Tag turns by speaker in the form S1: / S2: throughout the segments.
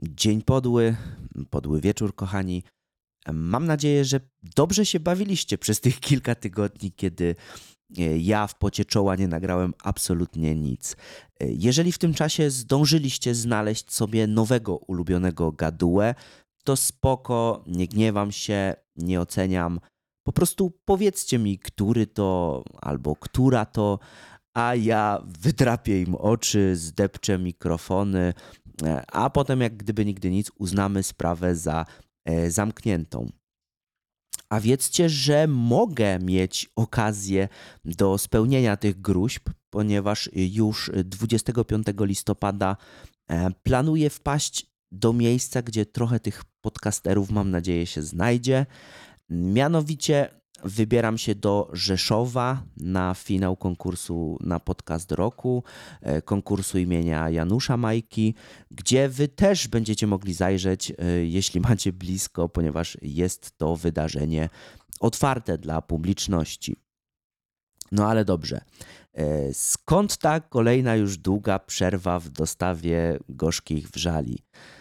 S1: Dzień podły, podły wieczór, kochani. Mam nadzieję, że dobrze się bawiliście przez tych kilka tygodni, kiedy ja w pocie czoła nie nagrałem absolutnie nic. Jeżeli w tym czasie zdążyliście znaleźć sobie nowego ulubionego gadułę, to spoko, nie gniewam się, nie oceniam. Po prostu powiedzcie mi, który to albo która to, a ja wydrapię im oczy, zdepczę mikrofony, a potem jak gdyby nigdy nic uznamy sprawę za zamkniętą. A wiedzcie, że mogę mieć okazję do spełnienia tych gruźb, ponieważ już 25 listopada planuję wpaść do miejsca, gdzie trochę tych podcasterów, mam nadzieję, się znajdzie. Mianowicie wybieram się do Rzeszowa na finał konkursu na podcast roku, konkursu imienia Janusza Majki, gdzie wy też będziecie mogli zajrzeć, jeśli macie blisko, ponieważ jest to wydarzenie otwarte dla publiczności. No ale dobrze. Skąd ta kolejna już długa przerwa w dostawie gorzkich wrzali?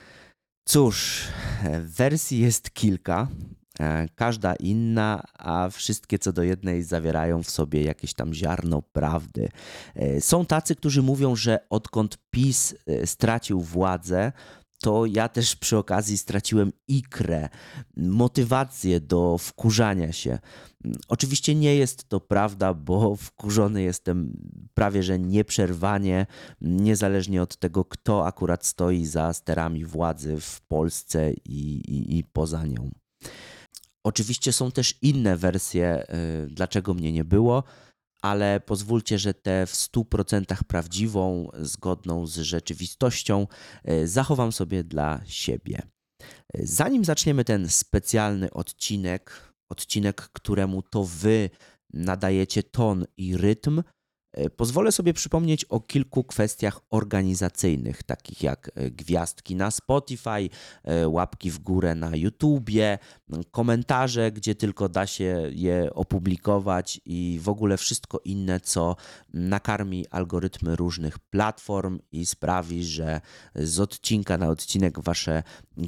S1: Cóż, wersji jest kilka, każda inna, a wszystkie co do jednej zawierają w sobie jakieś tam ziarno prawdy. Są tacy, którzy mówią, że odkąd PiS stracił władzę, to ja też przy okazji straciłem ikrę, motywację do wkurzania się. Oczywiście nie jest to prawda, bo wkurzony jestem prawie że nieprzerwanie, niezależnie od tego, kto akurat stoi za sterami władzy w Polsce i poza nią. Oczywiście są też inne wersje, dlaczego mnie nie było, ale pozwólcie, że tę w 100% prawdziwą, zgodną z rzeczywistością zachowam sobie dla siebie. Zanim zaczniemy ten specjalny odcinek, któremu to wy nadajecie ton i rytm, pozwolę sobie przypomnieć o kilku kwestiach organizacyjnych, takich jak gwiazdki na Spotify, łapki w górę na YouTubie, komentarze, gdzie tylko da się je opublikować i w ogóle wszystko inne, co nakarmi algorytmy różnych platform i sprawi, że z odcinka na odcinek wasze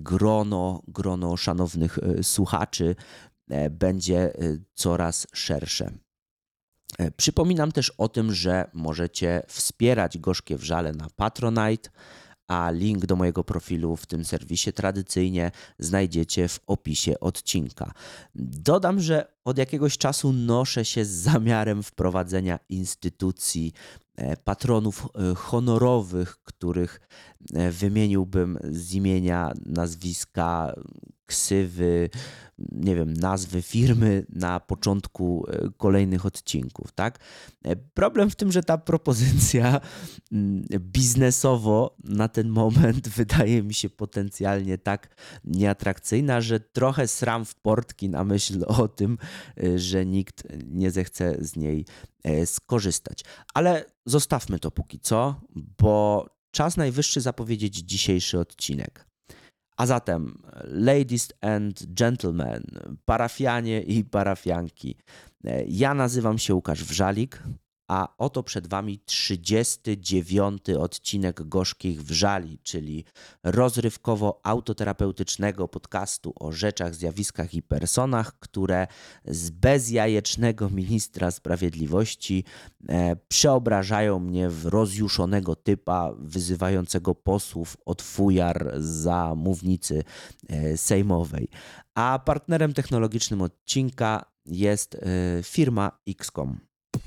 S1: grono szanownych słuchaczy będzie coraz szersze. Przypominam też o tym, że możecie wspierać Gorzkie Wrzale na Patronite, a link do mojego profilu w tym serwisie tradycyjnie znajdziecie w opisie odcinka. Dodam, że od jakiegoś czasu noszę się z zamiarem wprowadzenia instytucji patronów honorowych, których wymieniłbym z imienia, nazwiska, ksywy, nie wiem, nazwy firmy na początku kolejnych odcinków, tak? Problem w tym, że ta propozycja biznesowo na ten moment wydaje mi się potencjalnie tak nieatrakcyjna, że trochę sram w portki na myśl o tym, że nikt nie zechce z niej skorzystać. Ale zostawmy to póki co, bo czas najwyższy zapowiedzieć dzisiejszy odcinek. A zatem, ladies and gentlemen, parafianie i parafianki, ja nazywam się Łukasz Wrzalik, a oto przed wami 39. odcinek Gorzkich Wrzali, czyli rozrywkowo-autoterapeutycznego podcastu o rzeczach, zjawiskach i personach, które z bezjajecznego ministra sprawiedliwości przeobrażają mnie w rozjuszonego typa wyzywającego posłów od fujar za mównicy sejmowej. A partnerem technologicznym odcinka jest firma XCOM.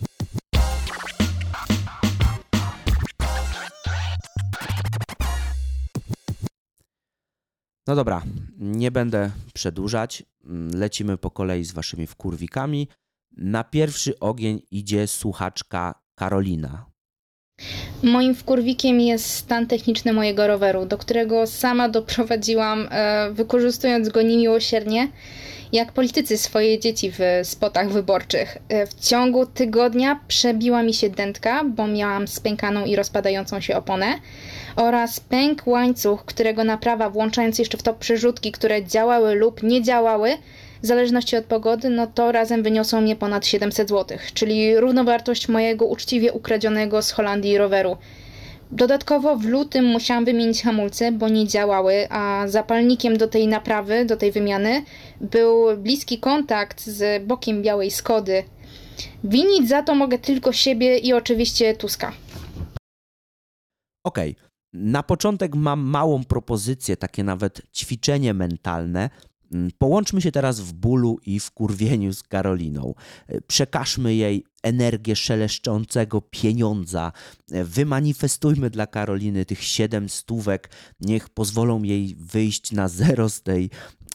S1: No dobra, nie będę przedłużać, lecimy po kolei z waszymi wkurwikami. Na pierwszy ogień idzie słuchaczka Karolina.
S2: Moim wkurwikiem jest stan techniczny mojego roweru, do którego sama doprowadziłam, wykorzystując go niemiłosiernie, jak politycy swoje dzieci w spotach wyborczych. W ciągu tygodnia przebiła mi się dętka, bo miałam spękaną i rozpadającą się oponę oraz pękł łańcuch, którego naprawa, włączając jeszcze w to przerzutki, które działały lub nie działały, w zależności od pogody, no to razem wyniosło mnie ponad 700 zł, czyli równowartość mojego uczciwie ukradzionego z Holandii roweru. Dodatkowo w lutym musiałam wymienić hamulce, bo nie działały, a zapalnikiem do tej naprawy, do tej wymiany był bliski kontakt z bokiem białej Skody. Winić za to mogę tylko siebie i oczywiście Tuska.
S1: Okej, na początek mam małą propozycję, takie nawet ćwiczenie mentalne. Połączmy się teraz w bólu i wkurwieniu z Karoliną. Przekażmy jej energię szeleszczącego pieniądza. Wymanifestujmy dla Karoliny tych 7 stówek. Niech pozwolą jej wyjść na zero z tej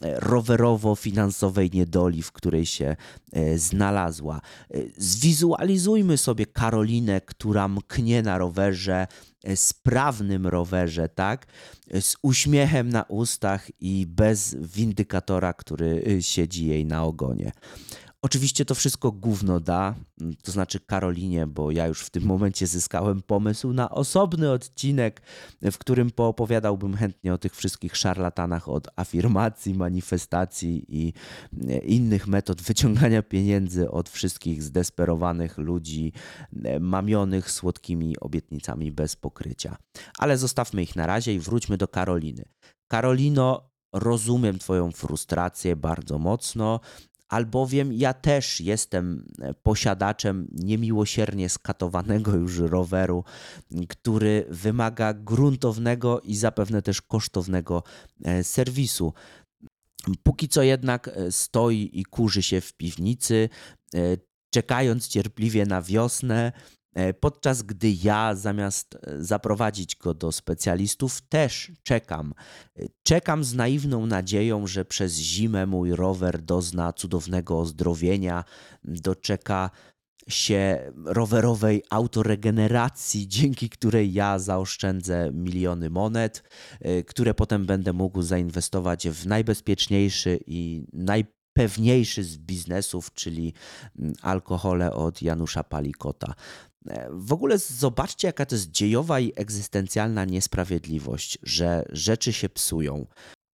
S1: rowerowo-finansowej niedoli, w której się znalazła. Zwizualizujmy sobie Karolinę, która mknie na rowerze, sprawnym rowerze, tak? Z uśmiechem na ustach i bez windykatora, który siedzi jej na ogonie. Oczywiście to wszystko gówno da, to znaczy Karolinie, bo ja już w tym momencie zyskałem pomysł na osobny odcinek, w którym poopowiadałbym chętnie o tych wszystkich szarlatanach od afirmacji, manifestacji i innych metod wyciągania pieniędzy od wszystkich zdesperowanych ludzi, mamionych słodkimi obietnicami bez pokrycia. Ale zostawmy ich na razie i wróćmy do Karoliny. Karolino, rozumiem twoją frustrację bardzo mocno, albowiem ja też jestem posiadaczem niemiłosiernie skatowanego już roweru, który wymaga gruntownego i zapewne też kosztownego serwisu. Póki co jednak stoi i kurzy się w piwnicy, czekając cierpliwie na wiosnę, podczas gdy ja zamiast zaprowadzić go do specjalistów też czekam. Czekam z naiwną nadzieją, że przez zimę mój rower dozna cudownego ozdrowienia, doczeka się rowerowej autoregeneracji, dzięki której ja zaoszczędzę miliony monet, które potem będę mógł zainwestować w najbezpieczniejszy i najpewniejszy z biznesów, czyli alkohole od Janusza Palikota. W ogóle zobaczcie, jaka to jest dziejowa i egzystencjalna niesprawiedliwość, że rzeczy się psują.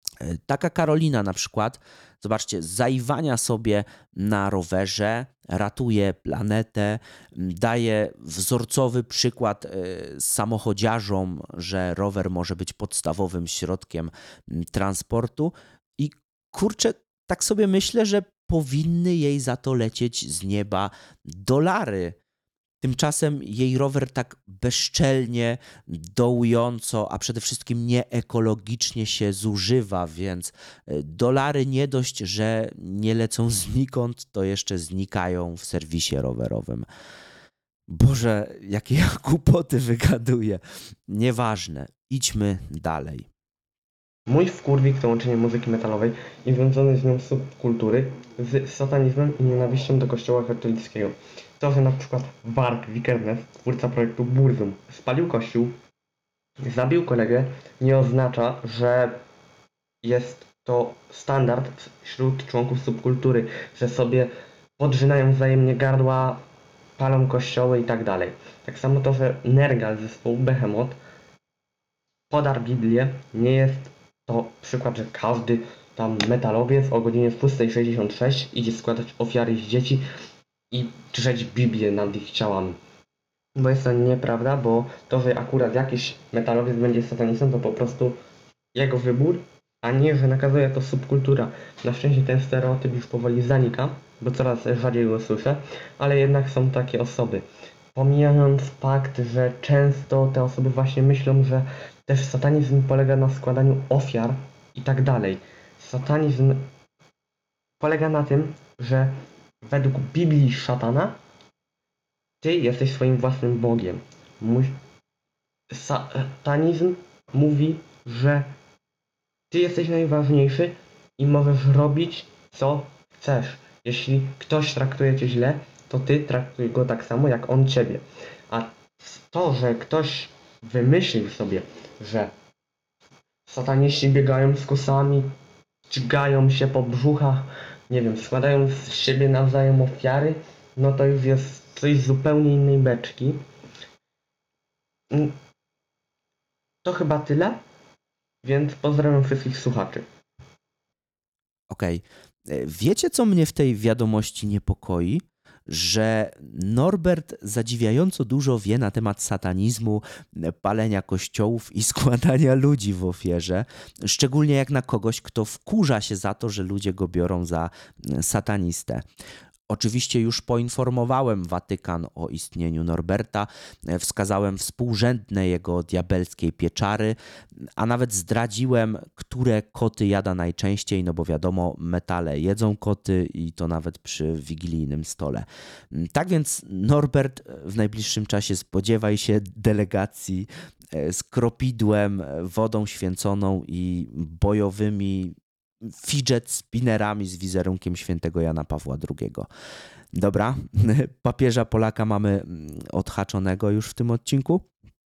S1: Taka Karolina na przykład, zobaczcie, zaiwania sobie na rowerze, ratuje planetę, daje wzorcowy przykład samochodziarzom, że rower może być podstawowym środkiem transportu i kurczę, tak sobie myślę, że powinny jej za to lecieć z nieba dolary. Tymczasem jej rower tak bezczelnie, dołująco, a przede wszystkim nieekologicznie się zużywa, więc dolary nie dość, że nie lecą znikąd, to jeszcze znikają w serwisie rowerowym. Boże, jakie ja głupoty wygaduję. Nieważne, idźmy dalej.
S3: Mój wkurwik to łączenie muzyki metalowej i związane z nią subkultury z satanizmem i nienawiścią do kościoła katolickiego. To, że na przykład Mark Vikernes, twórca projektu Burzum, spalił kościół, zabił kolegę, nie oznacza, że jest to standard wśród członków subkultury, że sobie podrzynają wzajemnie gardła, palą kościoły i tak dalej. Tak samo to, że Nergal z zespołu Behemoth podarł Biblię, nie jest to przykład, że każdy tam metalowiec o godzinie 6:66 idzie składać ofiary z dzieci i drzeć Biblię nad ich ciałami. Bo jest to nieprawda, bo to, że akurat jakiś metalowiec będzie satanistą, to po prostu jego wybór, a nie, że nakazuje to subkultura. Na szczęście ten stereotyp już powoli zanika, bo coraz rzadziej go słyszę, ale jednak są takie osoby. Pomijając fakt, że często te osoby właśnie myślą, że też satanizm polega na składaniu ofiar i tak dalej. Satanizm polega na tym, że według Biblii szatana ty jesteś swoim własnym Bogiem. Satanizm mówi, że ty jesteś najważniejszy i możesz robić co chcesz. Jeśli ktoś traktuje cię źle, to ty traktuj go tak samo jak on ciebie. A to, że ktoś wymyślił sobie, że sataniści biegają z kusami, dźgają się po brzuchach, nie wiem, składają z siebie nawzajem ofiary, no to już jest coś zupełnie innej beczki. To chyba tyle, więc pozdrawiam wszystkich słuchaczy.
S1: Okej. Wiecie, co mnie w tej wiadomości niepokoi? że Norbert zadziwiająco dużo wie na temat satanizmu, palenia kościołów i składania ludzi w ofierze, szczególnie jak na kogoś, kto wkurza się za to, że ludzie go biorą za satanistę. Oczywiście już poinformowałem Watykan o istnieniu Norberta, wskazałem współrzędne jego diabelskiej pieczary, a nawet zdradziłem, które koty jada najczęściej, no bo wiadomo, metale jedzą koty i to nawet przy wigilijnym stole. Tak więc Norbert, w najbliższym czasie spodziewaj się delegacji z kropidłem, wodą święconą i bojowymi fidget spinnerami z wizerunkiem świętego Jana Pawła II. Dobra, papieża Polaka mamy odhaczonego już w tym odcinku,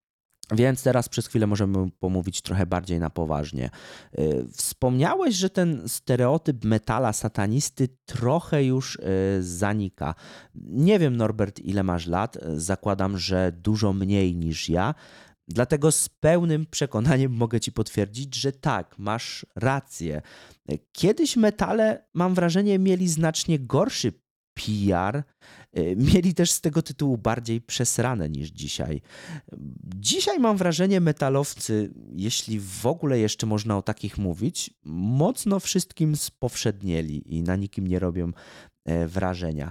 S1: więc teraz przez chwilę możemy pomówić trochę bardziej na poważnie. Wspomniałeś, że ten stereotyp metala satanisty trochę już zanika. Nie wiem, Norbert, ile masz lat, zakładam, że dużo mniej niż ja. Dlatego z pełnym przekonaniem mogę ci potwierdzić, że tak, masz rację. Kiedyś metale, mam wrażenie, mieli znacznie gorszy PR, mieli też z tego tytułu bardziej przesrane niż dzisiaj. Dzisiaj mam wrażenie, metalowcy, jeśli w ogóle jeszcze można o takich mówić, mocno wszystkim spowszednieli i na nikim nie robią wrażenia.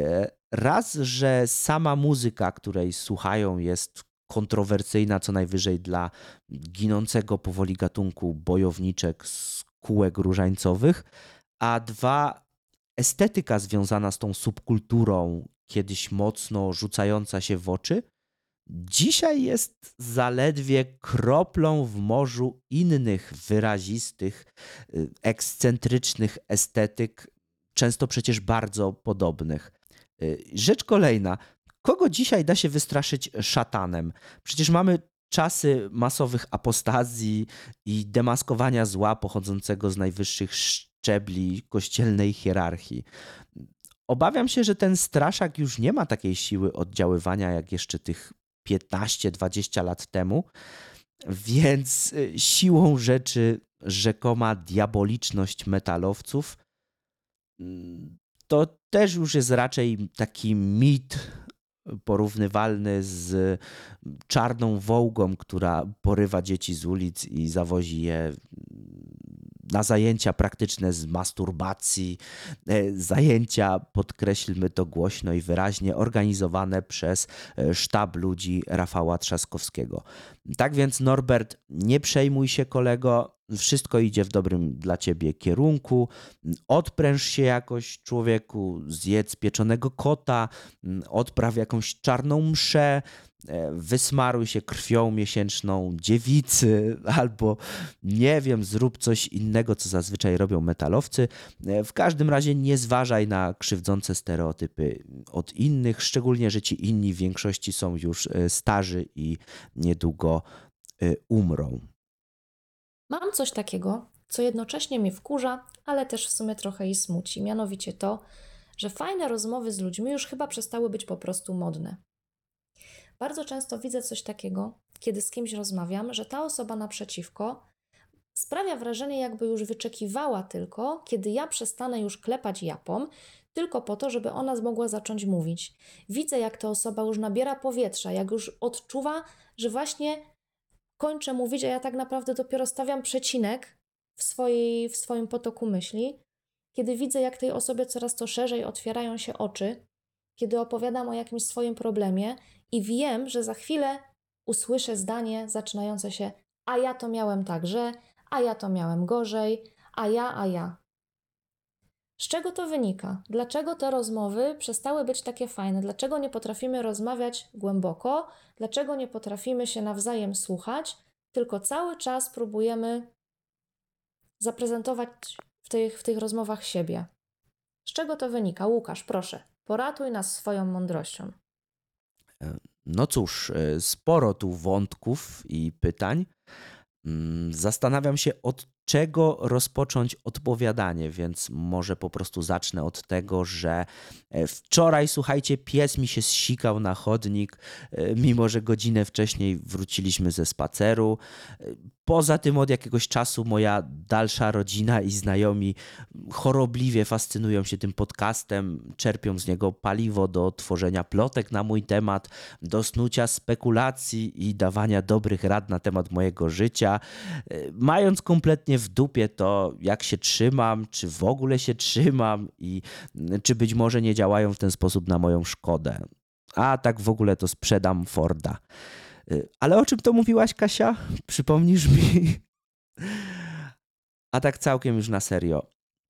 S1: Raz, że sama muzyka, której słuchają, jest kontrowersyjna co najwyżej dla ginącego powoli gatunku bojowniczek z kółek różańcowych, a dwa, estetyka związana z tą subkulturą, kiedyś mocno rzucająca się w oczy, dzisiaj jest zaledwie kroplą w morzu innych wyrazistych, ekscentrycznych estetyk, często przecież bardzo podobnych. Rzecz kolejna. Kogo dzisiaj da się wystraszyć szatanem? Przecież mamy czasy masowych apostazji i demaskowania zła pochodzącego z najwyższych szczebli kościelnej hierarchii. Obawiam się, że ten straszak już nie ma takiej siły oddziaływania jak jeszcze tych 15-20 lat temu, więc siłą rzeczy rzekoma diaboliczność metalowców to też już jest raczej taki mit porównywalny z czarną wołgą, która porywa dzieci z ulic i zawozi je na zajęcia praktyczne z masturbacji, zajęcia, podkreślmy to głośno i wyraźnie, organizowane przez sztab ludzi Rafała Trzaskowskiego. Tak więc Norbert, nie przejmuj się, kolego, wszystko idzie w dobrym dla ciebie kierunku, odpręż się jakoś, człowieku, zjedz pieczonego kota, odpraw jakąś czarną mszę, wysmaruj się krwią miesięczną dziewicy albo nie wiem, zrób coś innego, co zazwyczaj robią metalowcy. W każdym razie nie zważaj na krzywdzące stereotypy od innych, szczególnie, że ci inni w większości są już starzy i niedługo umrą.
S4: Mam coś takiego, co jednocześnie mnie wkurza, ale też w sumie trochę i smuci. Mianowicie to, że fajne rozmowy z ludźmi już chyba przestały być po prostu modne. Bardzo często widzę coś takiego, kiedy z kimś rozmawiam, że ta osoba naprzeciwko sprawia wrażenie, jakby już wyczekiwała tylko, kiedy ja przestanę już klepać japą, tylko po to, żeby ona mogła zacząć mówić. Widzę, jak ta osoba już nabiera powietrza, jak już odczuwa, że właśnie kończę mówić, a ja tak naprawdę dopiero stawiam przecinek w swoim potoku myśli. Kiedy widzę, jak tej osobie coraz to szerzej otwierają się oczy, kiedy opowiadam o jakimś swoim problemie i wiem, że za chwilę usłyszę zdanie zaczynające się: a ja to miałem także, a ja to miałem gorzej, a ja. Z czego to wynika? Dlaczego te rozmowy przestały być takie fajne? Dlaczego nie potrafimy rozmawiać głęboko? Dlaczego nie potrafimy się nawzajem słuchać? Tylko cały czas próbujemy zaprezentować w tych rozmowach siebie. Z czego to wynika? Łukasz, proszę, poratuj nas swoją mądrością.
S1: No cóż, sporo tu wątków i pytań. Zastanawiam się, od czego rozpocząć odpowiadanie, więc może po prostu zacznę od tego, że wczoraj, słuchajcie, pies mi się zsikał na chodnik, mimo że godzinę wcześniej wróciliśmy ze spaceru. Poza tym od jakiegoś czasu moja dalsza rodzina i znajomi chorobliwie fascynują się tym podcastem, czerpią z niego paliwo do tworzenia plotek na mój temat, do snucia spekulacji i dawania dobrych rad na temat mojego życia, mając kompletnie w dupie to, jak się trzymam, czy w ogóle się trzymam i czy być może nie działają w ten sposób na moją szkodę. A tak w ogóle to sprzedam Forda. Ale o czym to mówiłaś, Kasia? Przypomnisz mi? A tak całkiem już na serio.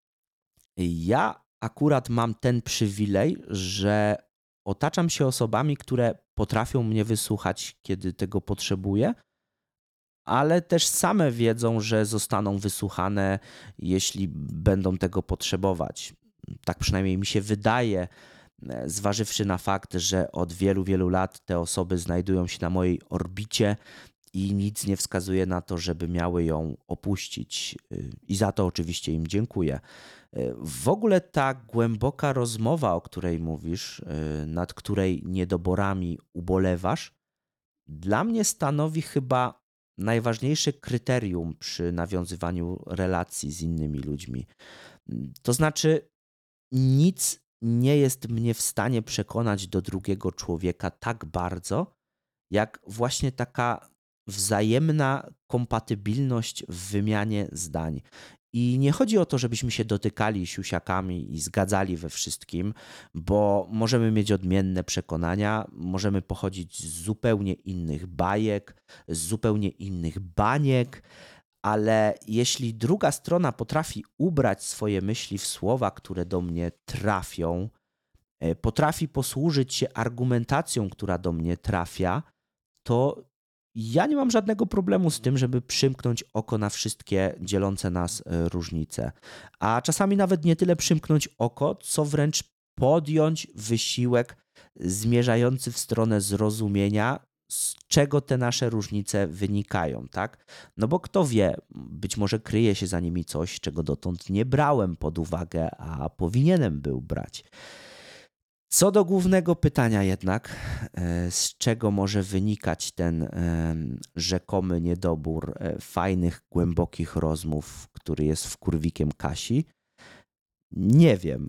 S1: Ja akurat mam ten przywilej, że otaczam się osobami, które potrafią mnie wysłuchać, kiedy tego potrzebuję, ale też same wiedzą, że zostaną wysłuchane, jeśli będą tego potrzebować. Tak przynajmniej mi się wydaje, zważywszy na fakt, że od wielu, wielu lat te osoby znajdują się na mojej orbicie i nic nie wskazuje na to, żeby miały ją opuścić. I za to oczywiście im dziękuję. W ogóle ta głęboka rozmowa, o której mówisz, nad której niedoborami ubolewasz, dla mnie stanowi chyba najważniejsze kryterium przy nawiązywaniu relacji z innymi ludźmi. To znaczy, nic nie jest mnie w stanie przekonać do drugiego człowieka tak bardzo, jak właśnie taka wzajemna kompatybilność w wymianie zdań. I nie chodzi o to, żebyśmy się dotykali siusiakami i zgadzali we wszystkim, bo możemy mieć odmienne przekonania, możemy pochodzić z zupełnie innych bajek, z zupełnie innych baniek, ale jeśli druga strona potrafi ubrać swoje myśli w słowa, które do mnie trafią, potrafi posłużyć się argumentacją, która do mnie trafia, to ja nie mam żadnego problemu z tym, żeby przymknąć oko na wszystkie dzielące nas różnice. A czasami nawet nie tyle przymknąć oko, co wręcz podjąć wysiłek zmierzający w stronę zrozumienia, z czego te nasze różnice wynikają, tak? No bo kto wie, być może kryje się za nimi coś, czego dotąd nie brałem pod uwagę, a powinienem był brać. Co do głównego pytania jednak, z czego może wynikać ten rzekomy niedobór fajnych, głębokich rozmów, który jest wkurwikiem Kasi, nie wiem.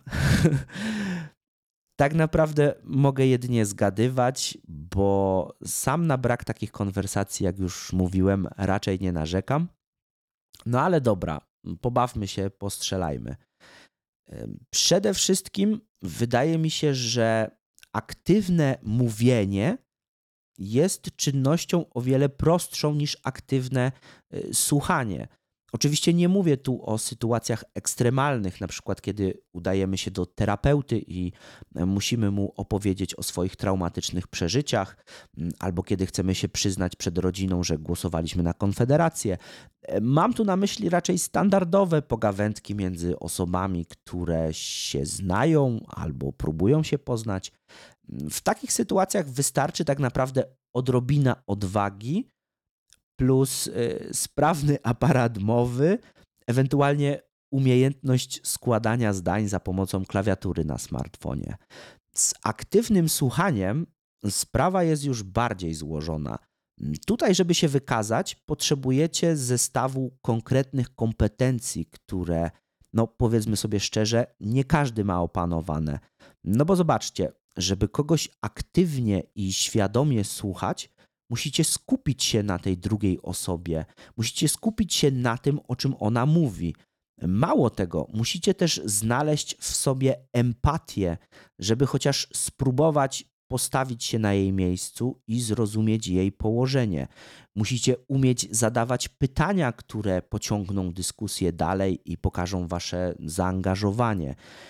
S1: Tak naprawdę mogę jedynie zgadywać, bo sam na brak takich konwersacji, jak już mówiłem, raczej nie narzekam. No ale dobra, pobawmy się, postrzelajmy. Przede wszystkim wydaje mi się, że aktywne mówienie jest czynnością o wiele prostszą niż aktywne słuchanie. Oczywiście nie mówię tu o sytuacjach ekstremalnych, na przykład kiedy udajemy się do terapeuty i musimy mu opowiedzieć o swoich traumatycznych przeżyciach, albo kiedy chcemy się przyznać przed rodziną, że głosowaliśmy na Konfederację. Mam tu na myśli raczej standardowe pogawędki między osobami, które się znają albo próbują się poznać. W takich sytuacjach wystarczy tak naprawdę odrobina odwagi plus sprawny aparat mowy, ewentualnie umiejętność składania zdań za pomocą klawiatury na smartfonie. Z aktywnym słuchaniem sprawa jest już bardziej złożona. Tutaj, żeby się wykazać, potrzebujecie zestawu konkretnych kompetencji, które, no powiedzmy sobie szczerze, nie każdy ma opanowane. No bo zobaczcie, żeby kogoś aktywnie i świadomie słuchać, musicie skupić się na tej drugiej osobie. Musicie skupić się na tym, o czym ona mówi. Mało tego, musicie też znaleźć w sobie empatię, żeby chociaż spróbować postawić się na jej miejscu i zrozumieć jej położenie. Musicie umieć zadawać pytania, które pociągną dyskusję dalej i pokażą wasze zaangażowanie.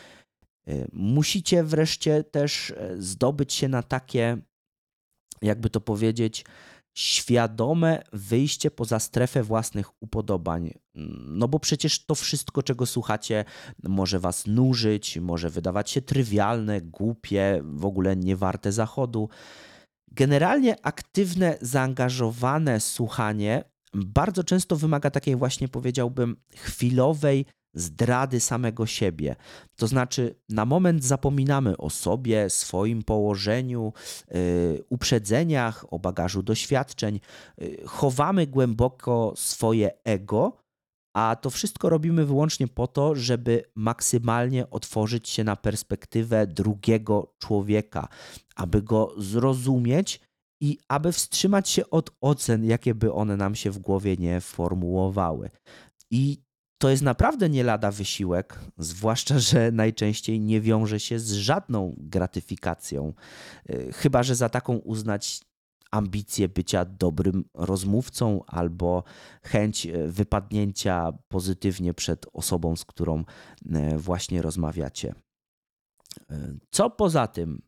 S1: Musicie wreszcie też zdobyć się na takie, jakby to powiedzieć, świadome wyjście poza strefę własnych upodobań. No bo przecież to wszystko, czego słuchacie, może was nużyć, może wydawać się trywialne, głupie, w ogóle niewarte zachodu. Generalnie aktywne, zaangażowane słuchanie bardzo często wymaga takiej właśnie, powiedziałbym, chwilowej zdrady samego siebie. To znaczy, na moment zapominamy o sobie, swoim położeniu, uprzedzeniach, o bagażu doświadczeń, chowamy głęboko swoje ego, a to wszystko robimy wyłącznie po to, żeby maksymalnie otworzyć się na perspektywę drugiego człowieka, aby go zrozumieć i aby wstrzymać się od ocen, jakie by one nam się w głowie nie formułowały. I to jest naprawdę nie lada wysiłek, zwłaszcza że najczęściej nie wiąże się z żadną gratyfikacją, chyba że za taką uznać ambicję bycia dobrym rozmówcą albo chęć wypadnięcia pozytywnie przed osobą, z którą właśnie rozmawiacie. Co poza tym?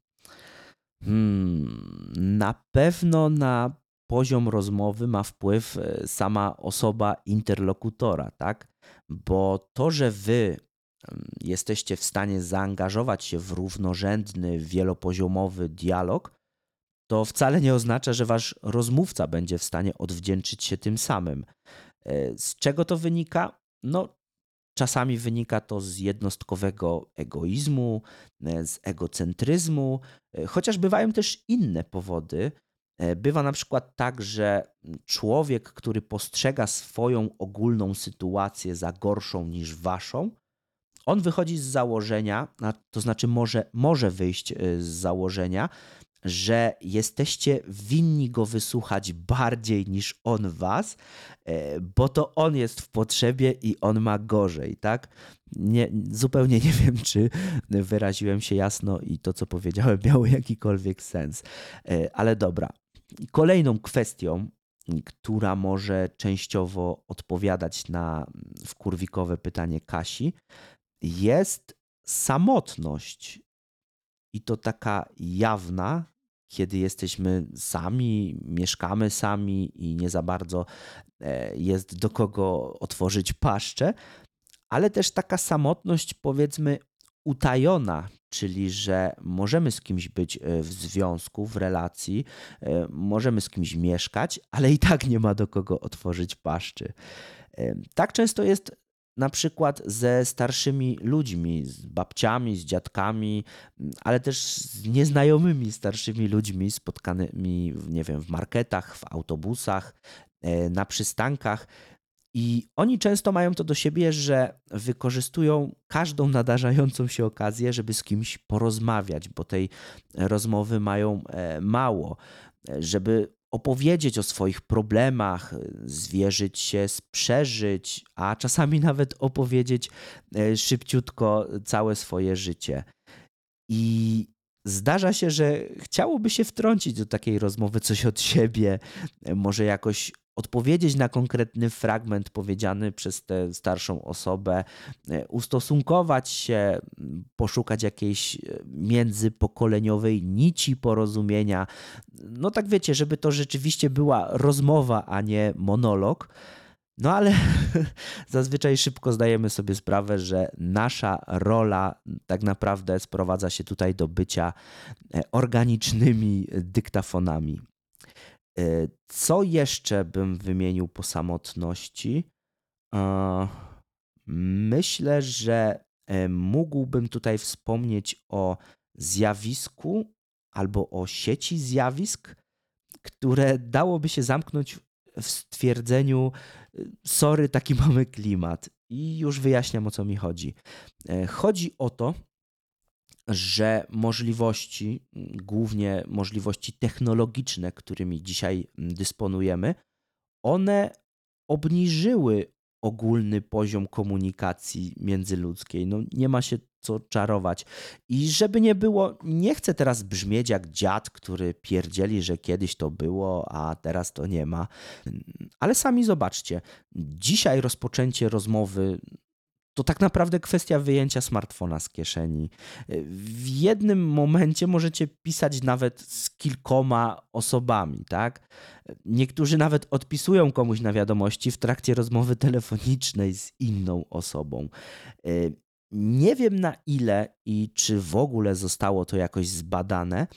S1: Na pewno na poziom rozmowy ma wpływ sama osoba interlokutora, tak? Bo to, że wy jesteście w stanie zaangażować się w równorzędny, wielopoziomowy dialog, to wcale nie oznacza, że wasz rozmówca będzie w stanie odwdzięczyć się tym samym. Z czego to wynika? No, czasami wynika to z jednostkowego egoizmu, z egocentryzmu, chociaż bywają też inne powody. Bywa na przykład tak, że człowiek, który postrzega swoją ogólną sytuację za gorszą niż waszą, on wychodzi z założenia, to znaczy może wyjść z założenia, że jesteście winni go wysłuchać bardziej niż on was, bo to on jest w potrzebie i on ma gorzej, tak? Zupełnie nie wiem, czy wyraziłem się jasno i to, co powiedziałem, miało jakikolwiek sens. Ale dobra. Kolejną kwestią, która może częściowo odpowiadać na wkurwikowe pytanie Kasi, jest samotność. I to taka jawna, kiedy jesteśmy sami, mieszkamy sami i nie za bardzo jest do kogo otworzyć paszczę, ale też taka samotność, powiedzmy, utajona, czyli że możemy z kimś być w związku, w relacji, możemy z kimś mieszkać, ale i tak nie ma do kogo otworzyć paszczy. Tak często jest na przykład ze starszymi ludźmi, z babciami, z dziadkami, ale też z nieznajomymi starszymi ludźmi spotkanymi, nie wiem, w marketach, w autobusach, na przystankach. I oni często mają to do siebie, że wykorzystują każdą nadarzającą się okazję, żeby z kimś porozmawiać, bo tej rozmowy mają mało, żeby opowiedzieć o swoich problemach, zwierzyć się z przeżyć, a czasami nawet opowiedzieć szybciutko całe swoje życie. I zdarza się, że chciałoby się wtrącić do takiej rozmowy coś od siebie, może jakoś odpowiedzieć na konkretny fragment powiedziany przez tę starszą osobę, ustosunkować się, poszukać jakiejś międzypokoleniowej nici porozumienia. No tak wiecie, żeby to rzeczywiście była rozmowa, a nie monolog. No ale zazwyczaj szybko zdajemy sobie sprawę, że nasza rola tak naprawdę sprowadza się tutaj do bycia organicznymi dyktafonami. Co jeszcze bym wymienił po samotności? Myślę, że mógłbym tutaj wspomnieć o zjawisku albo o sieci zjawisk, które dałoby się zamknąć w stwierdzeniu sorry, taki mamy klimat. I już wyjaśniam, o co mi chodzi. Chodzi o to, że możliwości, głównie możliwości technologiczne, którymi dzisiaj dysponujemy, one obniżyły ogólny poziom komunikacji międzyludzkiej. No, nie ma się co czarować. I żeby nie było, nie chcę teraz brzmieć jak dziad, który pierdzieli, że kiedyś to było, a teraz to nie ma. Ale sami zobaczcie, dzisiaj rozpoczęcie rozmowy to tak naprawdę kwestia wyjęcia smartfona z kieszeni. W jednym momencie możecie pisać nawet z kilkoma osobami, tak? Niektórzy nawet odpisują komuś na wiadomości w trakcie rozmowy telefonicznej z inną osobą. Nie wiem na ile i czy w ogóle zostało to jakoś zbadane,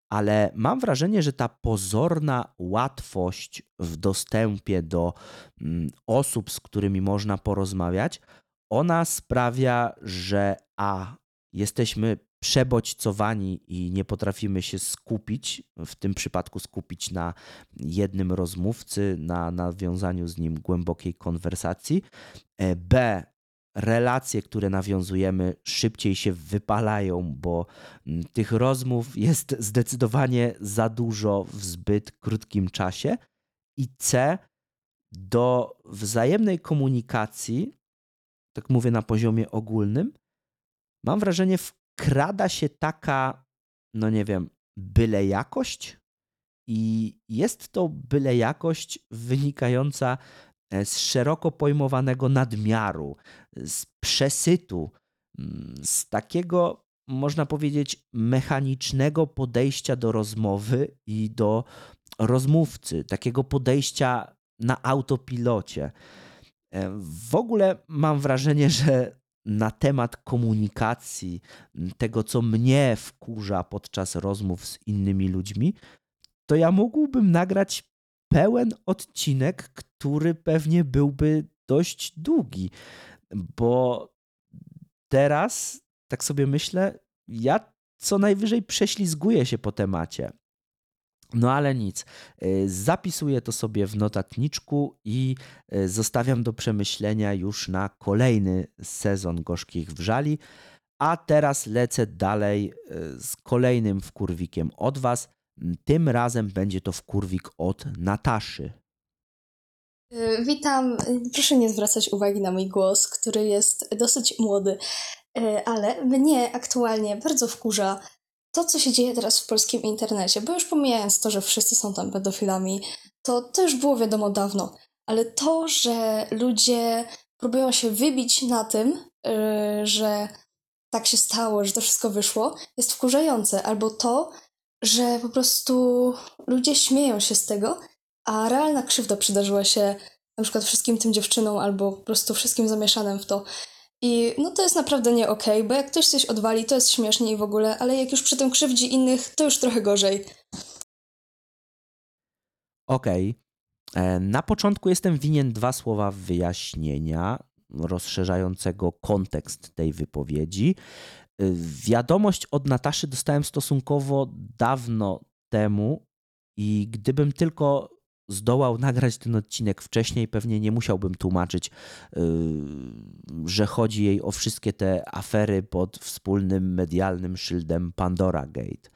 S1: ale mam wrażenie, że ta pozorna łatwość w dostępie do osób, z którymi można porozmawiać, ona sprawia, że jesteśmy przebodźcowani i nie potrafimy się skupić, w tym przypadku skupić na jednym rozmówcy, na nawiązaniu z nim głębokiej konwersacji. B, relacje, które nawiązujemy, szybciej się wypalają, bo tych rozmów jest zdecydowanie za dużo w zbyt krótkim czasie. I C, do wzajemnej komunikacji, tak mówię na poziomie ogólnym, mam wrażenie, wkrada się taka, no nie wiem, byle jakość i jest to byle jakość wynikająca z szeroko pojmowanego nadmiaru, z przesytu, z takiego, można powiedzieć, mechanicznego podejścia do rozmowy i do rozmówcy, takiego podejścia na autopilocie. W ogóle mam wrażenie, że na temat komunikacji, tego co mnie wkurza podczas rozmów z innymi ludźmi, to ja mógłbym nagrać pełen odcinek, który pewnie byłby dość długi, bo teraz, tak sobie myślę, ja co najwyżej prześlizguję się po temacie. No ale nic, zapisuję to sobie w notatniczku i zostawiam do przemyślenia już na kolejny sezon Gorzkich Wrzali, a teraz lecę dalej z kolejnym wkurwikiem od was. Tym razem będzie to wkurwik od Nataszy.
S5: Witam. Proszę nie zwracać uwagi na mój głos, który jest dosyć młody, ale mnie aktualnie bardzo wkurza to, co się dzieje teraz w polskim internecie, bo już pomijając to, że wszyscy są tam pedofilami, to już było wiadomo dawno, ale to, że ludzie próbują się wybić na tym, że tak się stało, że to wszystko wyszło, jest wkurzające, albo to, że po prostu ludzie śmieją się z tego, a realna krzywda przydarzyła się na przykład wszystkim tym dziewczynom albo po prostu wszystkim zamieszanym w to. I no to jest naprawdę nie okej, bo jak ktoś coś odwali, to jest śmiesznie i w ogóle, ale jak już przy tym krzywdzi innych, to już trochę gorzej.
S1: Okej. Na początku jestem winien 2 słowa wyjaśnienia rozszerzającego kontekst tej wypowiedzi. Wiadomość od Nataszy dostałem stosunkowo dawno temu i gdybym tylko zdołał nagrać ten odcinek wcześniej, pewnie nie musiałbym tłumaczyć, że chodzi jej o wszystkie te afery pod wspólnym medialnym szyldem Pandora Gate.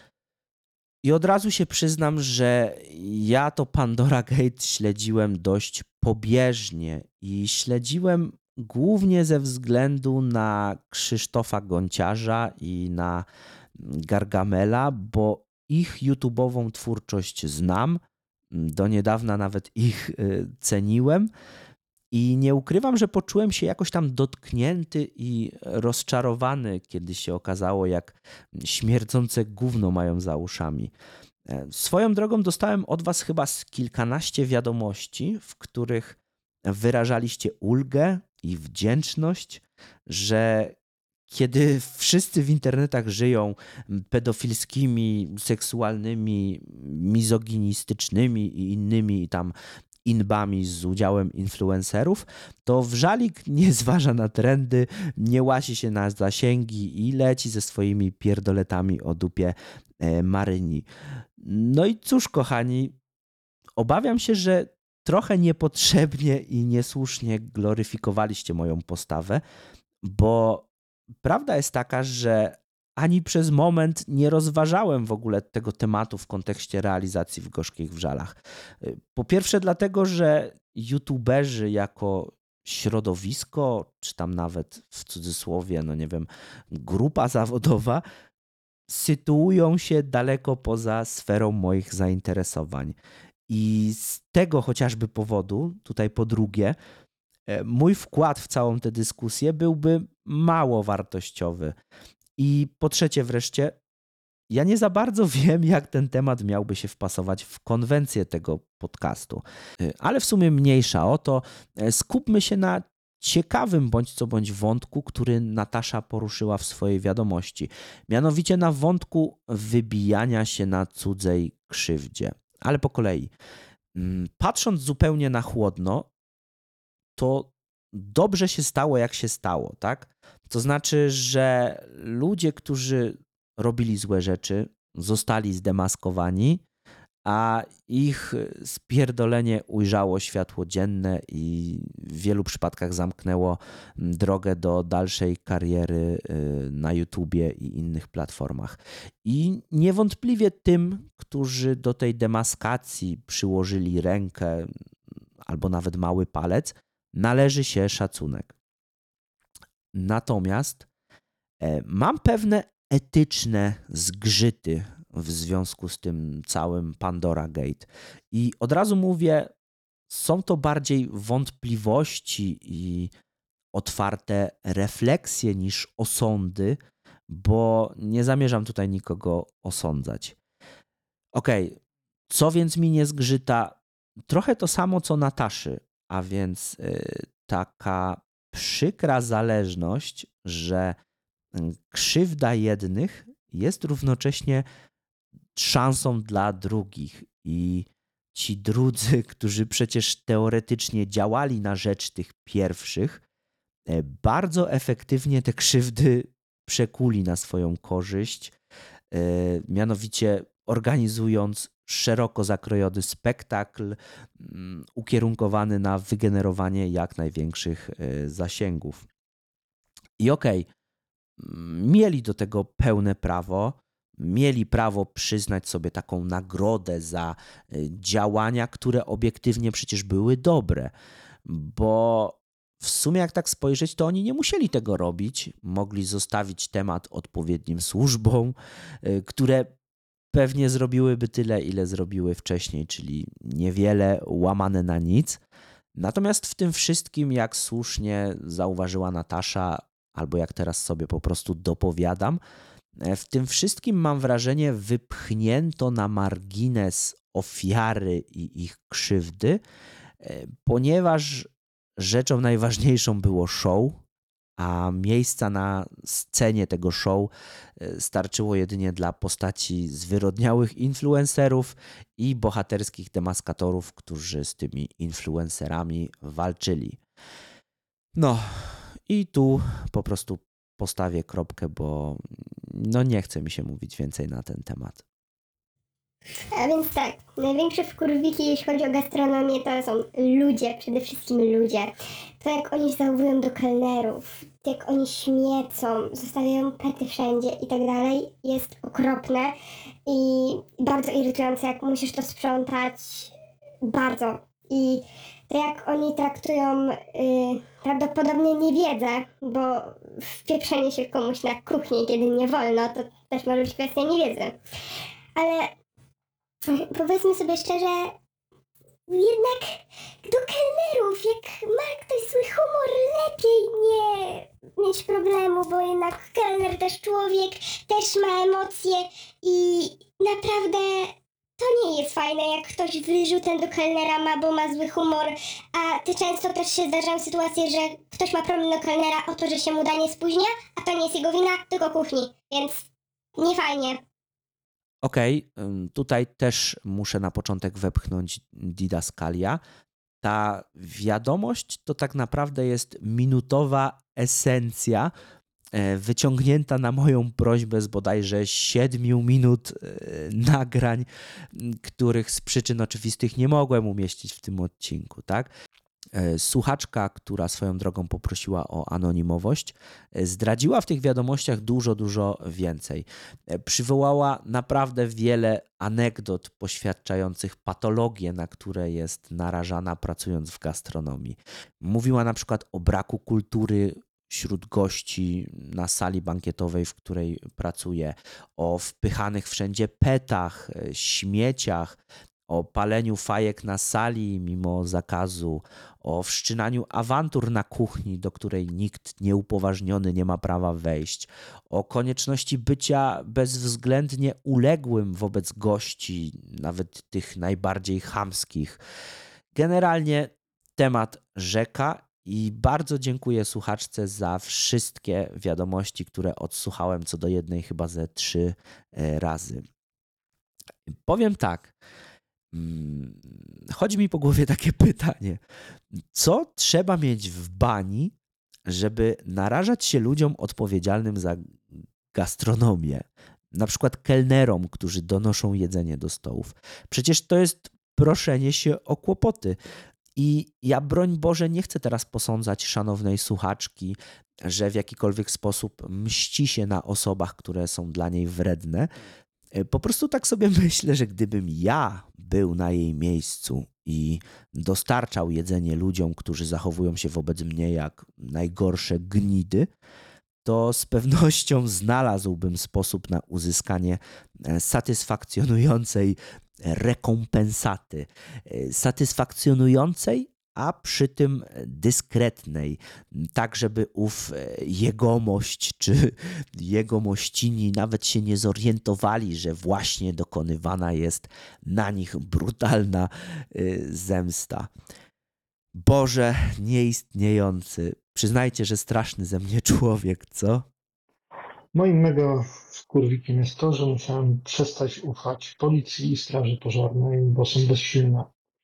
S1: I od razu się przyznam, że ja to Pandora Gate śledziłem dość pobieżnie i śledziłem głównie ze względu na Krzysztofa Gonciarza i na Gargamela, bo ich YouTube'ową twórczość znam, do niedawna nawet ich ceniłem i nie ukrywam, że poczułem się jakoś tam dotknięty i rozczarowany, kiedy się okazało, jak śmierdzące gówno mają za uszami. Swoją drogą dostałem od was chyba z kilkanaście wiadomości, w których wyrażaliście ulgę i wdzięczność, że kiedy wszyscy w internetach żyją pedofilskimi, seksualnymi, mizoginistycznymi i innymi tam inbami z udziałem influencerów, to Wrzalik nie zważa na trendy, nie łasi się na zasięgi i leci ze swoimi pierdoletami o dupie Maryni. No i cóż, kochani, obawiam się, że trochę niepotrzebnie i niesłusznie gloryfikowaliście moją postawę, bo prawda jest taka, że ani przez moment nie rozważałem w ogóle tego tematu w kontekście realizacji w Gorzkich Wrzalach. Po pierwsze dlatego, że youtuberzy jako środowisko, czy tam nawet w cudzysłowie, no nie wiem, grupa zawodowa, sytuują się daleko poza sferą moich zainteresowań. I z tego chociażby powodu, tutaj po drugie, mój wkład w całą tę dyskusję byłby mało wartościowy. I po trzecie wreszcie, ja nie za bardzo wiem, jak ten temat miałby się wpasować w konwencję tego podcastu. Ale w sumie mniejsza o to. Skupmy się na ciekawym bądź co bądź wątku, który Natasza poruszyła w swojej wiadomości. Mianowicie na wątku wybijania się na cudzej krzywdzie. Ale po kolei. Patrząc zupełnie na chłodno, to dobrze się stało, jak się stało, tak? To znaczy, że ludzie, którzy robili złe rzeczy, zostali zdemaskowani, a ich spierdolenie ujrzało światło dzienne i w wielu przypadkach zamknęło drogę do dalszej kariery na YouTubie i innych platformach. I niewątpliwie tym, którzy do tej demaskacji przyłożyli rękę albo nawet mały palec, należy się szacunek. Natomiast mam pewne etyczne zgrzyty w związku z tym całym Pandora Gate. I od razu mówię, są to bardziej wątpliwości i otwarte refleksje niż osądy, bo nie zamierzam tutaj nikogo osądzać. Okej, co więc mi nie zgrzyta? Trochę to samo co Nataszy, a więc taka przykra zależność, że krzywda jednych jest równocześnie szansą dla drugich i ci drudzy, którzy przecież teoretycznie działali na rzecz tych pierwszych, bardzo efektywnie te krzywdy przekuli na swoją korzyść, mianowicie organizując szeroko zakrojony spektakl ukierunkowany na wygenerowanie jak największych zasięgów. I mieli do tego pełne prawo, mieli prawo przyznać sobie taką nagrodę za działania, które obiektywnie przecież były dobre, bo w sumie jak tak spojrzeć, to oni nie musieli tego robić, mogli zostawić temat odpowiednim służbom, które pewnie zrobiłyby tyle, ile zrobiły wcześniej, czyli niewiele, łamane na nic. Natomiast w tym wszystkim, jak słusznie zauważyła Natasza, albo jak teraz sobie po prostu dopowiadam, w tym wszystkim mam wrażenie wypchnięto na margines ofiary i ich krzywdy, ponieważ rzeczą najważniejszą było show, a miejsca na scenie tego show starczyło jedynie dla postaci zwyrodniałych influencerów i bohaterskich demaskatorów, którzy z tymi influencerami walczyli. No i tu po prostu postawię kropkę, bo nie chce mi się mówić więcej na ten temat.
S6: A więc tak, największe wkurwiki, jeśli chodzi o gastronomię, to są ludzie, przede wszystkim ludzie. To jak oni zachowują do kelnerów, jak oni śmiecą, zostawiają pety wszędzie i tak dalej, jest okropne i bardzo irytujące, jak musisz to sprzątać, bardzo. I to jak oni traktują prawdopodobnie niewiedzę, bo wpieprzenie się komuś na kuchni, kiedy nie wolno, to też może być kwestia niewiedzy. Ale powiedzmy sobie szczerze, jednak do kelnerów, jak ma ktoś zły humor, lepiej nie mieć problemu, bo jednak kelner też człowiek, też ma emocje i naprawdę to nie jest fajne, jak ktoś wyrzutem do kelnera ma, bo ma zły humor, a ty często też się zdarzają sytuacje, że ktoś ma problem do kelnera o to, że się mu danie spóźnia, a to nie jest jego wina, tylko kuchni, więc nie fajnie.
S1: Tutaj też muszę na początek wepchnąć didaskalia. Ta wiadomość to tak naprawdę jest minutowa esencja wyciągnięta na moją prośbę z bodajże 7 minut nagrań, których z przyczyn oczywistych nie mogłem umieścić w tym odcinku, tak? Słuchaczka, która swoją drogą poprosiła o anonimowość, zdradziła w tych wiadomościach dużo więcej. Przywołała naprawdę wiele anegdot poświadczających patologie, na które jest narażana pracując w gastronomii. Mówiła na przykład o braku kultury wśród gości na sali bankietowej, w której pracuje, o wpychanych wszędzie petach, śmieciach, o paleniu fajek na sali mimo zakazu, o wszczynaniu awantur na kuchni, do której nikt nieupoważniony nie ma prawa wejść, o konieczności bycia bezwzględnie uległym wobec gości, nawet tych najbardziej chamskich. Generalnie temat rzeka I bardzo dziękuję słuchaczce za wszystkie wiadomości, które odsłuchałem co do jednej chyba ze 3 razy. Powiem tak, chodzi mi po głowie takie pytanie. Co trzeba mieć w bani, żeby narażać się ludziom odpowiedzialnym za gastronomię? Na przykład kelnerom, którzy donoszą jedzenie do stołów. Przecież to jest proszenie się o kłopoty. I ja, broń Boże, nie chcę teraz posądzać szanownej słuchaczki, że w jakikolwiek sposób mści się na osobach, które są dla niej wredne. Po prostu tak sobie myślę, że gdybym ja był na jej miejscu i dostarczał jedzenie ludziom, którzy zachowują się wobec mnie jak najgorsze gnidy, to z pewnością znalazłbym sposób na uzyskanie satysfakcjonującej rekompensaty. Satysfakcjonującej, a przy tym dyskretnej, tak żeby ów jegomość czy jegomościni nawet się nie zorientowali, że właśnie dokonywana jest na nich brutalna zemsta. Boże nieistniejący, przyznajcie, że straszny ze mnie człowiek, co?
S7: Moim mega wkurwikiem jest to, że musiałem przestać ufać policji i straży pożarnej, bo są bezsilne.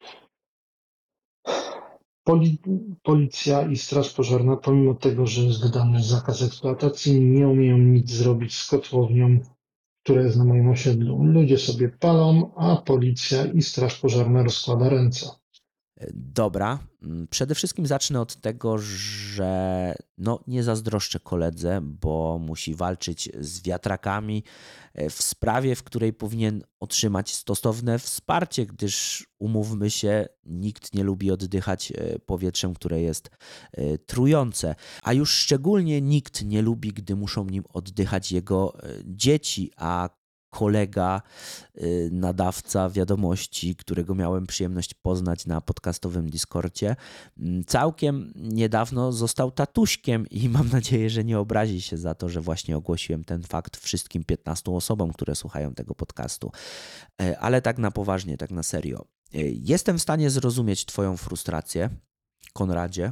S7: Policja i straż pożarna, pomimo tego, że jest wydany zakaz eksploatacji, nie umieją nic zrobić z kotłownią, która jest na moim osiedlu. Ludzie sobie palą, a policja i straż pożarna rozkłada ręce.
S1: Dobra, przede wszystkim zacznę od tego, że nie zazdroszczę koledze, bo musi walczyć z wiatrakami w sprawie, w której powinien otrzymać stosowne wsparcie, gdyż umówmy się, nikt nie lubi oddychać powietrzem, które jest trujące, a już szczególnie nikt nie lubi, gdy muszą nim oddychać jego dzieci, a kolega, nadawca wiadomości, którego miałem przyjemność poznać na podcastowym Discordzie, całkiem niedawno został tatuśkiem i mam nadzieję, że nie obrazi się za to, że właśnie ogłosiłem ten fakt wszystkim 15 osobom, które słuchają tego podcastu. Ale tak na poważnie, tak na serio. Jestem w stanie zrozumieć twoją frustrację, Konradzie.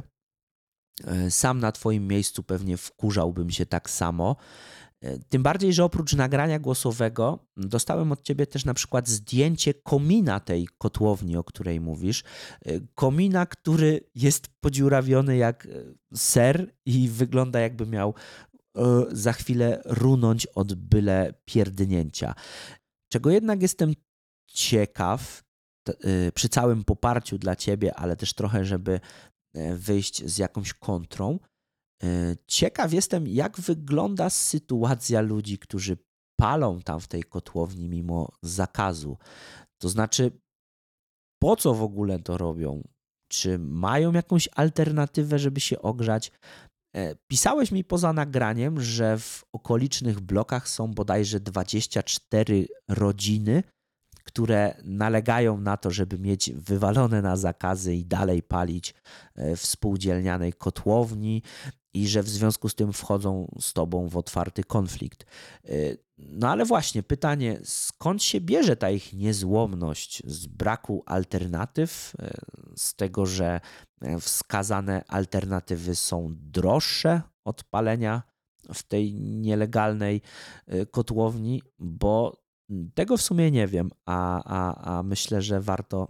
S1: Sam na twoim miejscu pewnie wkurzałbym się tak samo. Tym bardziej, że oprócz nagrania głosowego dostałem od ciebie też na przykład zdjęcie komina tej kotłowni, o której mówisz. Komina, który jest podziurawiony jak ser i wygląda jakby miał za chwilę runąć od byle pierdnięcia. Czego jednak jestem ciekaw, przy całym poparciu dla ciebie, ale też trochę, żeby wyjść z jakąś kontrą, ciekaw jestem, jak wygląda sytuacja ludzi, którzy palą tam w tej kotłowni mimo zakazu. To znaczy, po co w ogóle to robią? Czy mają jakąś alternatywę, żeby się ogrzać? Pisałeś mi poza nagraniem, że w okolicznych blokach są bodajże 24 rodziny, które nalegają na to, żeby mieć wywalone na zakazy i dalej palić w spółdzielnianej kotłowni i że w związku z tym wchodzą z tobą w otwarty konflikt. No ale właśnie pytanie, skąd się bierze ta ich niezłomność? Z braku alternatyw? Z tego, że wskazane alternatywy są droższe od palenia w tej nielegalnej kotłowni? Bo tego w sumie nie wiem, a myślę, że warto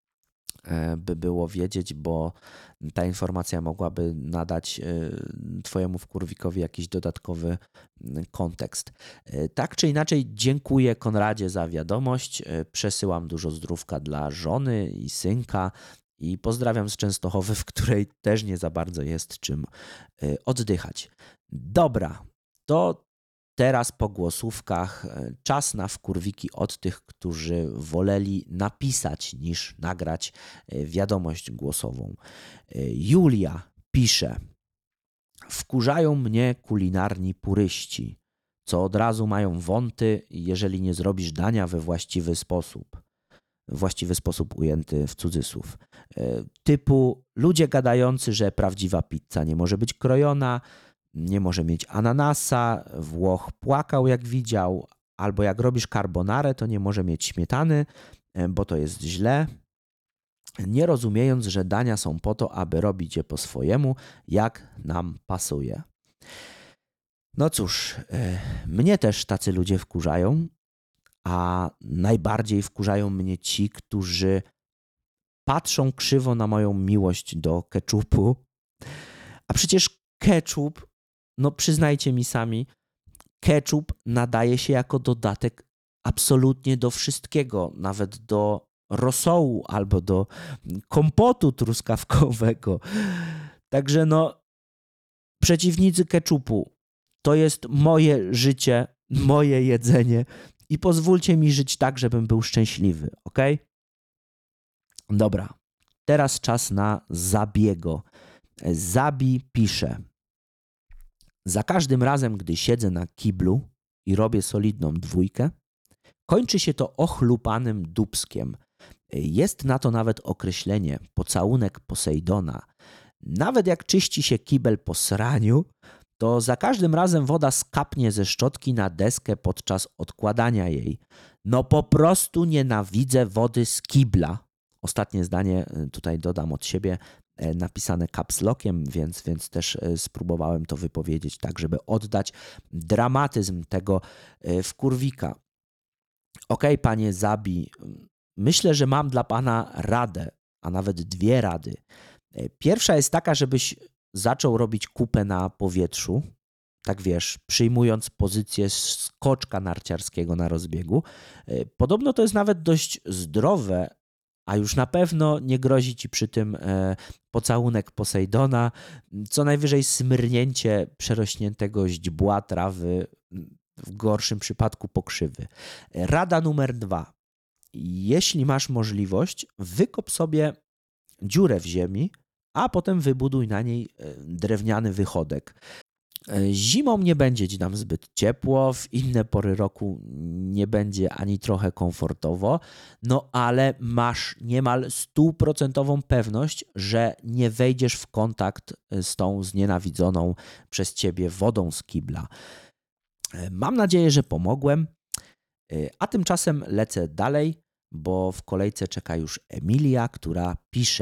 S1: by było wiedzieć, bo ta informacja mogłaby nadać twojemu wkurwikowi jakiś dodatkowy kontekst. Tak czy inaczej, dziękuję Konradzie za wiadomość. Przesyłam dużo zdrówka dla żony i synka i pozdrawiam z Częstochowy, w której też nie za bardzo jest czym oddychać. Dobra, to teraz po głosówkach czas na wkurwiki od tych, którzy woleli napisać niż nagrać wiadomość głosową. Julia pisze: wkurzają mnie kulinarni puryści, co od razu mają wąty, jeżeli nie zrobisz dania we właściwy sposób. Właściwy sposób ujęty w cudzysłów. Typu ludzie gadający, że prawdziwa pizza nie może być krojona, nie może mieć ananasa, Włoch płakał jak widział, albo jak robisz carbonarę, to nie może mieć śmietany, bo to jest źle. nie rozumiejąc, że dania są po to, aby robić je po swojemu, jak nam pasuje. No cóż, mnie też tacy ludzie wkurzają, a najbardziej wkurzają mnie ci, którzy patrzą krzywo na moją miłość do ketchupu. A przecież ketchup, no przyznajcie mi sami, ketchup nadaje się jako dodatek absolutnie do wszystkiego, nawet do rosołu albo do kompotu truskawkowego. Także no, przeciwnicy ketchupu, to jest moje życie, moje jedzenie i pozwólcie mi żyć tak, żebym był szczęśliwy, ok? Dobra, teraz czas na Zabiego. Zabi pisze: za każdym razem, gdy siedzę na kiblu i robię solidną dwójkę, kończy się to ochlupanym dupskiem. Jest na to nawet określenie pocałunek Posejdona. Nawet jak czyści się kibel po sraniu, to za każdym razem woda skapnie ze szczotki na deskę podczas odkładania jej. No po prostu nienawidzę wody z kibla. Ostatnie zdanie tutaj dodam od siebie, napisane caps lockiem, więc też spróbowałem to wypowiedzieć tak, żeby oddać dramatyzm tego wkurwika. Okej, panie Zabi, myślę, że mam dla pana radę, a nawet dwie rady. Pierwsza jest taka, żebyś zaczął robić kupę na powietrzu, tak wiesz, przyjmując pozycję skoczka narciarskiego na rozbiegu. Podobno to jest nawet dość zdrowe, a już na pewno nie grozi ci przy tym pocałunek Posejdona, co najwyżej smyrnięcie przerośniętego źdźbła trawy, w gorszym przypadku pokrzywy. Rada numer 2. Jeśli masz możliwość, wykop sobie dziurę w ziemi, a potem wybuduj na niej drewniany wychodek. Zimą nie będzie ci tam zbyt ciepło, w inne pory roku nie będzie ani trochę komfortowo, no ale masz niemal 100% pewność, że nie wejdziesz w kontakt z tą znienawidzoną przez ciebie wodą z kibla. Mam nadzieję, że pomogłem, a tymczasem lecę dalej, bo w kolejce czeka już Emilia, która pisze: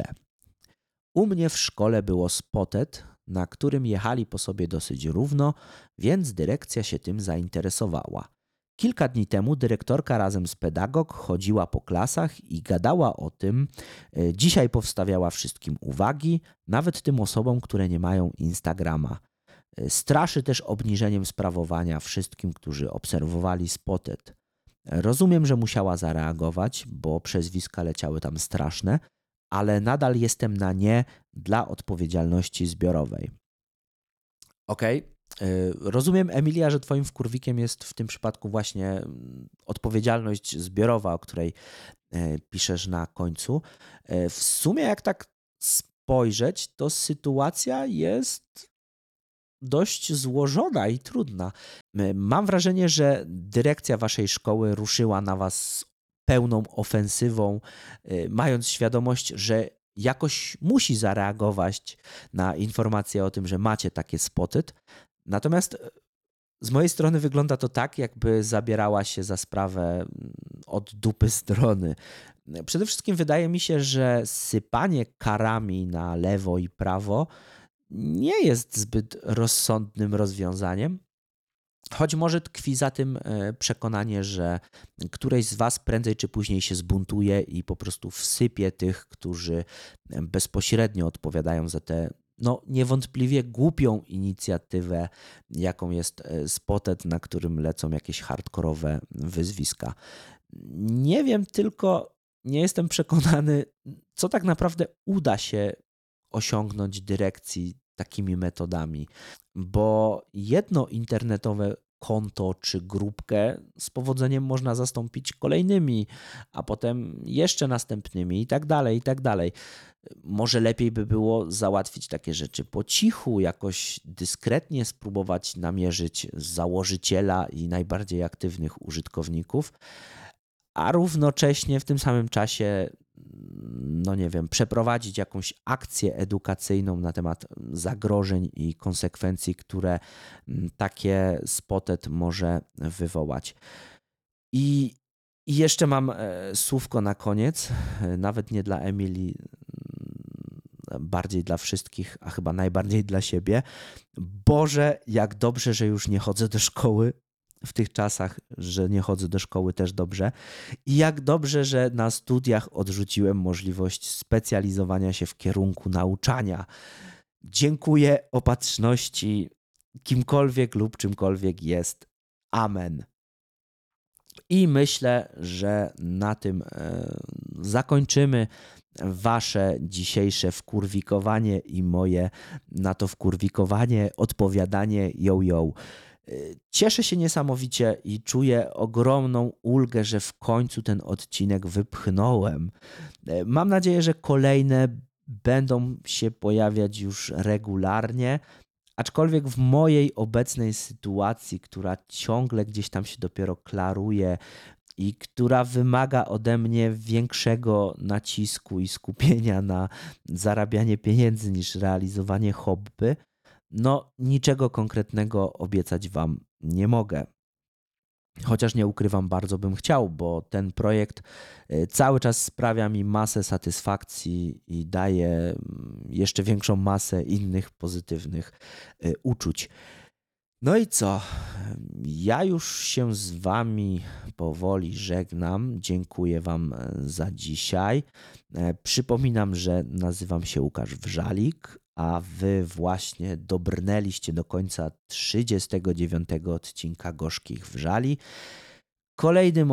S1: u mnie w szkole było spotet, na którym jechali po sobie dosyć równo, więc dyrekcja się tym zainteresowała. Kilka dni temu dyrektorka razem z pedagog chodziła po klasach i gadała o tym. Dzisiaj powstawiała wszystkim uwagi, nawet tym osobom, które nie mają Instagrama. Straszy też obniżeniem sprawowania wszystkim, którzy obserwowali spotet. Rozumiem, że musiała zareagować, bo przezwiska leciały tam straszne, ale nadal jestem na nie dla odpowiedzialności zbiorowej. Okej. Rozumiem, Emilia, że twoim wkurwikiem jest w tym przypadku właśnie odpowiedzialność zbiorowa, o której piszesz na końcu. W sumie jak tak spojrzeć, to sytuacja jest dość złożona i trudna. Mam wrażenie, że dyrekcja waszej szkoły ruszyła na was pełną ofensywą, mając świadomość, że jakoś musi zareagować na informację o tym, że macie takie spotet. Natomiast z mojej strony wygląda to tak, jakby zabierała się za sprawę od dupy strony. Przede wszystkim wydaje mi się, że sypanie karami na lewo i prawo nie jest zbyt rozsądnym rozwiązaniem, choć może tkwi za tym przekonanie, że któreś z was prędzej czy później się zbuntuje i po prostu wsypie tych, którzy bezpośrednio odpowiadają za tę niewątpliwie głupią inicjatywę, jaką jest spotet, na którym lecą jakieś hardkorowe wyzwiska. Nie wiem, tylko nie jestem przekonany, co tak naprawdę uda się osiągnąć dyrekcji takimi metodami, bo jedno internetowe konto czy grupkę z powodzeniem można zastąpić kolejnymi, a potem jeszcze następnymi i tak dalej, i tak dalej. Może lepiej by było załatwić takie rzeczy po cichu, jakoś dyskretnie spróbować namierzyć założyciela i najbardziej aktywnych użytkowników, a równocześnie w tym samym czasie przeprowadzić jakąś akcję edukacyjną na temat zagrożeń i konsekwencji, które takie spotet może wywołać. I I jeszcze mam słówko na koniec, nawet nie dla Emilii, bardziej dla wszystkich, a chyba najbardziej dla siebie. Boże, jak dobrze, że już nie chodzę do szkoły. W tych czasach, że nie chodzę do szkoły, też dobrze. I jak dobrze, że na studiach odrzuciłem możliwość specjalizowania się w kierunku nauczania. Dziękuję opatrzności kimkolwiek lub czymkolwiek jest. Amen. I myślę, że na tym zakończymy wasze dzisiejsze wkurwikowanie i moje na to wkurwikowanie odpowiadanie yo. Cieszę się niesamowicie i czuję ogromną ulgę, że w końcu ten odcinek wypchnąłem. Mam nadzieję, że kolejne będą się pojawiać już regularnie, aczkolwiek w mojej obecnej sytuacji, która ciągle gdzieś tam się dopiero klaruje i która wymaga ode mnie większego nacisku i skupienia na zarabianie pieniędzy niż realizowanie hobby, no niczego konkretnego obiecać wam nie mogę. Chociaż nie ukrywam, bardzo bym chciał, bo ten projekt cały czas sprawia mi masę satysfakcji i daje jeszcze większą masę innych pozytywnych uczuć. No i co? Ja już się z wami powoli żegnam. Dziękuję wam za dzisiaj. Przypominam, że nazywam się Łukasz Wrzalik, a wy właśnie dobrnęliście do końca 39 odcinka Gorzkich Wrzali. Kolejnym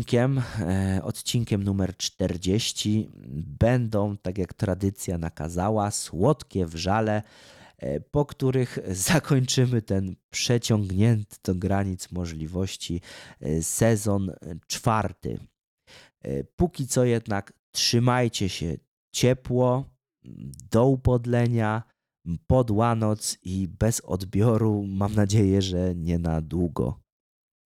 S1: odcinkiem numer 40 będą, tak jak tradycja nakazała, słodkie wrzale, po których zakończymy ten przeciągnięty do granic możliwości sezon 4. Póki co jednak trzymajcie się ciepło, do upodlenia, pod łanoc i bez odbioru, mam nadzieję, że nie na długo.